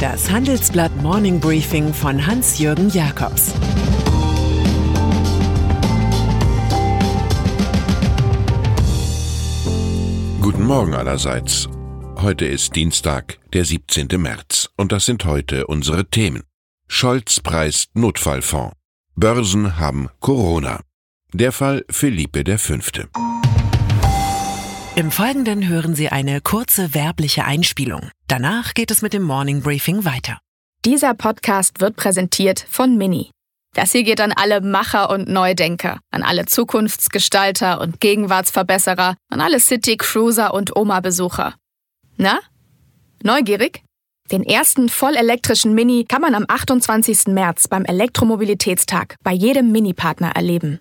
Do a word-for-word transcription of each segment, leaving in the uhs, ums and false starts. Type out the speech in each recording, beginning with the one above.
Das Handelsblatt Morning Briefing von Hans-Jürgen Jakobs. Guten Morgen allerseits. Heute ist Dienstag, der siebzehnten März, und das sind heute unsere Themen. Scholz preist Notfallfonds. Börsen haben Corona. Der Fall Felipe der Fünfte. Im Folgenden hören Sie eine kurze werbliche Einspielung. Danach geht es mit dem Morning Briefing weiter. Dieser Podcast wird präsentiert von Mini. Das hier geht an alle Macher und Neudenker, an alle Zukunftsgestalter und Gegenwartsverbesserer, an alle City-Cruiser und Oma-Besucher. Na? Neugierig? Den ersten vollelektrischen Mini kann man am achtundzwanzigsten März beim Elektromobilitätstag bei jedem Mini-Partner erleben.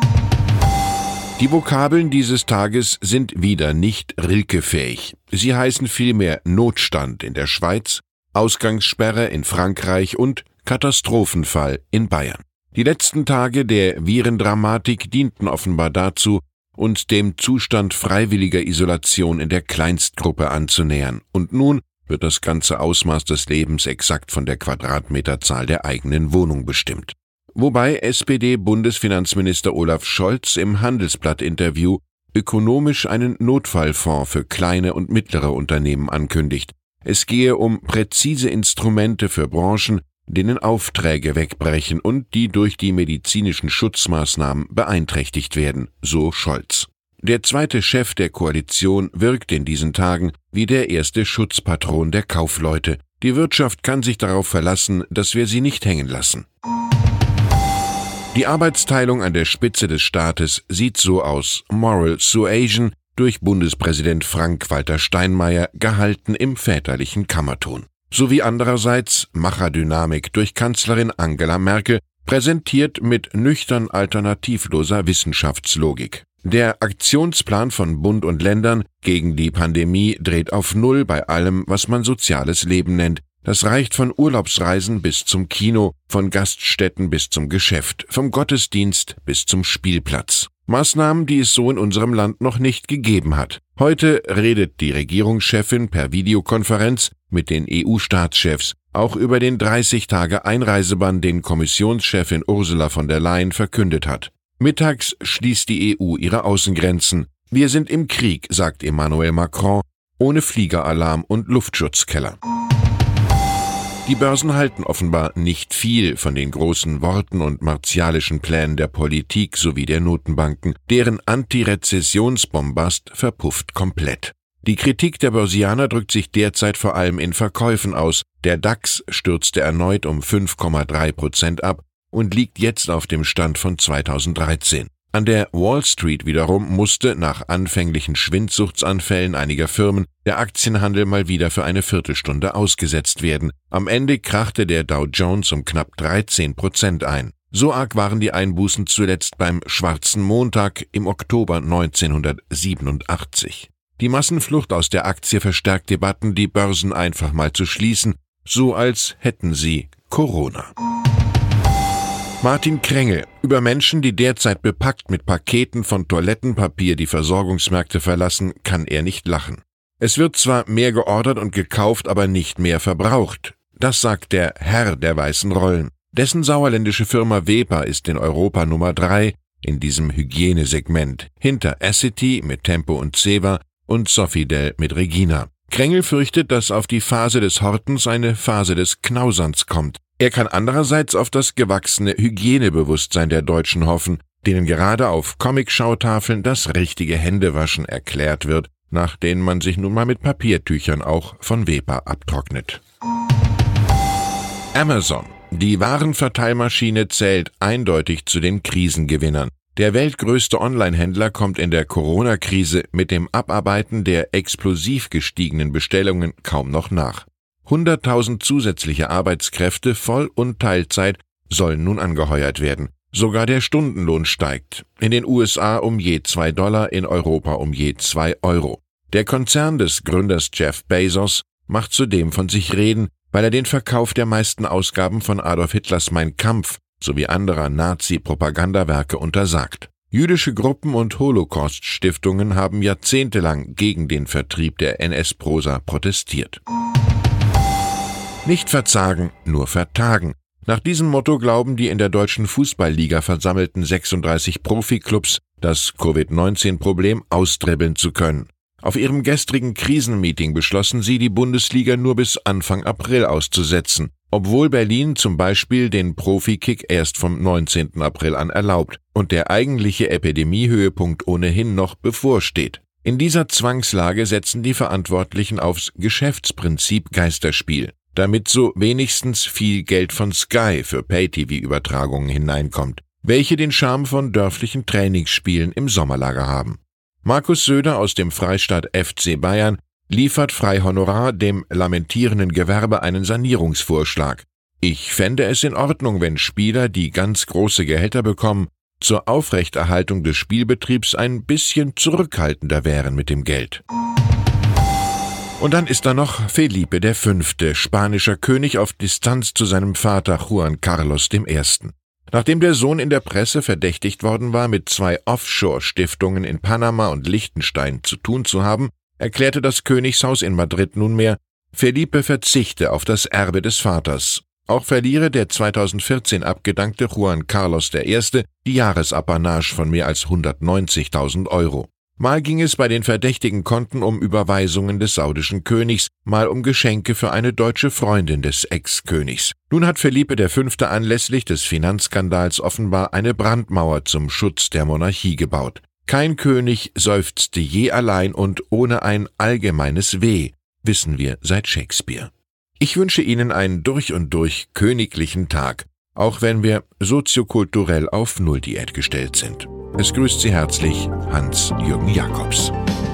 Die Vokabeln dieses Tages sind wieder nicht Rilke-fähig. Sie heißen vielmehr Notstand in der Schweiz, Ausgangssperre in Frankreich und Katastrophenfall in Bayern. Die letzten Tage der Virendramatik dienten offenbar dazu, uns dem Zustand freiwilliger Isolation in der Kleinstgruppe anzunähern. Und nun wird das ganze Ausmaß des Lebens exakt von der Quadratmeterzahl der eigenen Wohnung bestimmt. Wobei S P D-Bundesfinanzminister Olaf Scholz im Handelsblatt-Interview ökonomisch einen Notfallfonds für kleine und mittlere Unternehmen ankündigt. Es gehe um präzise Instrumente für Branchen, denen Aufträge wegbrechen und die durch die medizinischen Schutzmaßnahmen beeinträchtigt werden, so Scholz. Der zweite Chef der Koalition wirkt in diesen Tagen wie der erste Schutzpatron der Kaufleute. Die Wirtschaft kann sich darauf verlassen, dass wir sie nicht hängen lassen. Die Arbeitsteilung an der Spitze des Staates sieht so aus: Moral Suasion durch Bundespräsident Frank-Walter Steinmeier, gehalten im väterlichen Kammerton. Sowie andererseits Macherdynamik durch Kanzlerin Angela Merkel, präsentiert mit nüchtern alternativloser Wissenschaftslogik. Der Aktionsplan von Bund und Ländern gegen die Pandemie dreht auf Null bei allem, was man soziales Leben nennt. Das reicht von Urlaubsreisen bis zum Kino, von Gaststätten bis zum Geschäft, vom Gottesdienst bis zum Spielplatz. Maßnahmen, die es so in unserem Land noch nicht gegeben hat. Heute redet die Regierungschefin per Videokonferenz mit den E U-Staatschefs auch über den dreißig Tage Einreisebann, den Kommissionschefin Ursula von der Leyen verkündet hat. Mittags schließt die E U ihre Außengrenzen. Wir sind im Krieg, sagt Emmanuel Macron, ohne Fliegeralarm und Luftschutzkeller. Die Börsen halten offenbar nicht viel von den großen Worten und martialischen Plänen der Politik sowie der Notenbanken. Deren Antirezessionsbombast verpufft komplett. Die Kritik der Börsianer drückt sich derzeit vor allem in Verkäufen aus. Der DAX stürzte erneut um fünf Komma drei Prozent ab und liegt jetzt auf dem Stand von zweitausenddreizehn. An der Wall Street wiederum musste nach anfänglichen Schwindsuchtsanfällen einiger Firmen der Aktienhandel mal wieder für eine Viertelstunde ausgesetzt werden. Am Ende krachte der Dow Jones um knapp dreizehn Prozent ein. So arg waren die Einbußen zuletzt beim Schwarzen Montag im Oktober neunzehnhundertsiebenundachtzig. Die Massenflucht aus der Aktie verstärkt Debatten, die Börsen einfach mal zu schließen, so als hätten sie Corona. Martin Krengel: Über Menschen, die derzeit bepackt mit Paketen von Toilettenpapier die Versorgungsmärkte verlassen, kann er nicht lachen. Es wird zwar mehr geordert und gekauft, aber nicht mehr verbraucht. Das sagt der Herr der weißen Rollen. Dessen sauerländische Firma Weber ist in Europa Nummer drei in diesem Hygienesegment, hinter Essity mit Tempo und Zewa und Sofidel mit Regina. Krengel fürchtet, dass auf die Phase des Hortens eine Phase des Knauserns kommt. Er kann andererseits auf das gewachsene Hygienebewusstsein der Deutschen hoffen, denen gerade auf Comic-Schautafeln das richtige Händewaschen erklärt wird, nach denen man sich nun mal mit Papiertüchern auch von Weber abtrocknet. Amazon: Die Warenverteilmaschine zählt eindeutig zu den Krisengewinnern. Der weltgrößte Online-Händler kommt in der Corona-Krise mit dem Abarbeiten der explosiv gestiegenen Bestellungen kaum noch nach. hunderttausend zusätzliche Arbeitskräfte Voll- und Teilzeit sollen nun angeheuert werden. Sogar der Stundenlohn steigt. In den U S A um je zwei Dollar, in Europa um je zwei Euro. Der Konzern des Gründers Jeff Bezos macht zudem von sich reden, weil er den Verkauf der meisten Ausgaben von Adolf Hitlers Mein Kampf sowie anderer Nazi-Propagandawerke untersagt. Jüdische Gruppen und Holocaust-Stiftungen haben jahrzehntelang gegen den Vertrieb der N S-Prosa protestiert. Nicht verzagen, nur vertagen. Nach diesem Motto glauben die in der Deutschen Fußballliga versammelten sechsunddreißig Profiklubs, das Covid neunzehn Problem austribbeln zu können. Auf ihrem gestrigen Krisenmeeting beschlossen sie, die Bundesliga nur bis Anfang April auszusetzen, obwohl Berlin zum Beispiel den Profikick erst vom neunzehnten April an erlaubt und der eigentliche Epidemiehöhepunkt ohnehin noch bevorsteht. In dieser Zwangslage setzen die Verantwortlichen aufs Geschäftsprinzip Geisterspiel, damit so wenigstens viel Geld von Sky für Pay-T V-Übertragungen hineinkommt, welche den Charme von dörflichen Trainingsspielen im Sommerlager haben. Markus Söder aus dem Freistaat F C Bayern liefert frei Honorar dem lamentierenden Gewerbe einen Sanierungsvorschlag. Ich fände es in Ordnung, wenn Spieler, die ganz große Gehälter bekommen, zur Aufrechterhaltung des Spielbetriebs ein bisschen zurückhaltender wären mit dem Geld. Und dann ist da noch Felipe der Fünfte, spanischer König auf Distanz zu seinem Vater Juan Carlos der Erste. Nachdem der Sohn in der Presse verdächtigt worden war, mit zwei Offshore-Stiftungen in Panama und Liechtenstein zu tun zu haben, erklärte das Königshaus in Madrid nunmehr, Felipe verzichte auf das Erbe des Vaters. Auch verliere der zweitausendvierzehn abgedankte Juan Carlos der Erste die Jahresapanage von mehr als hundertneunzigtausend Euro. Mal ging es bei den verdächtigen Konten um Überweisungen des saudischen Königs, mal um Geschenke für eine deutsche Freundin des Ex-Königs. Nun hat Felipe der Fünfte anlässlich des Finanzskandals offenbar eine Brandmauer zum Schutz der Monarchie gebaut. Kein König seufzte je allein und ohne ein allgemeines Weh, wissen wir seit Shakespeare. Ich wünsche Ihnen einen durch und durch königlichen Tag, auch wenn wir soziokulturell auf Nulldiät gestellt sind. Es grüßt Sie herzlich Hans-Jürgen Jakobs.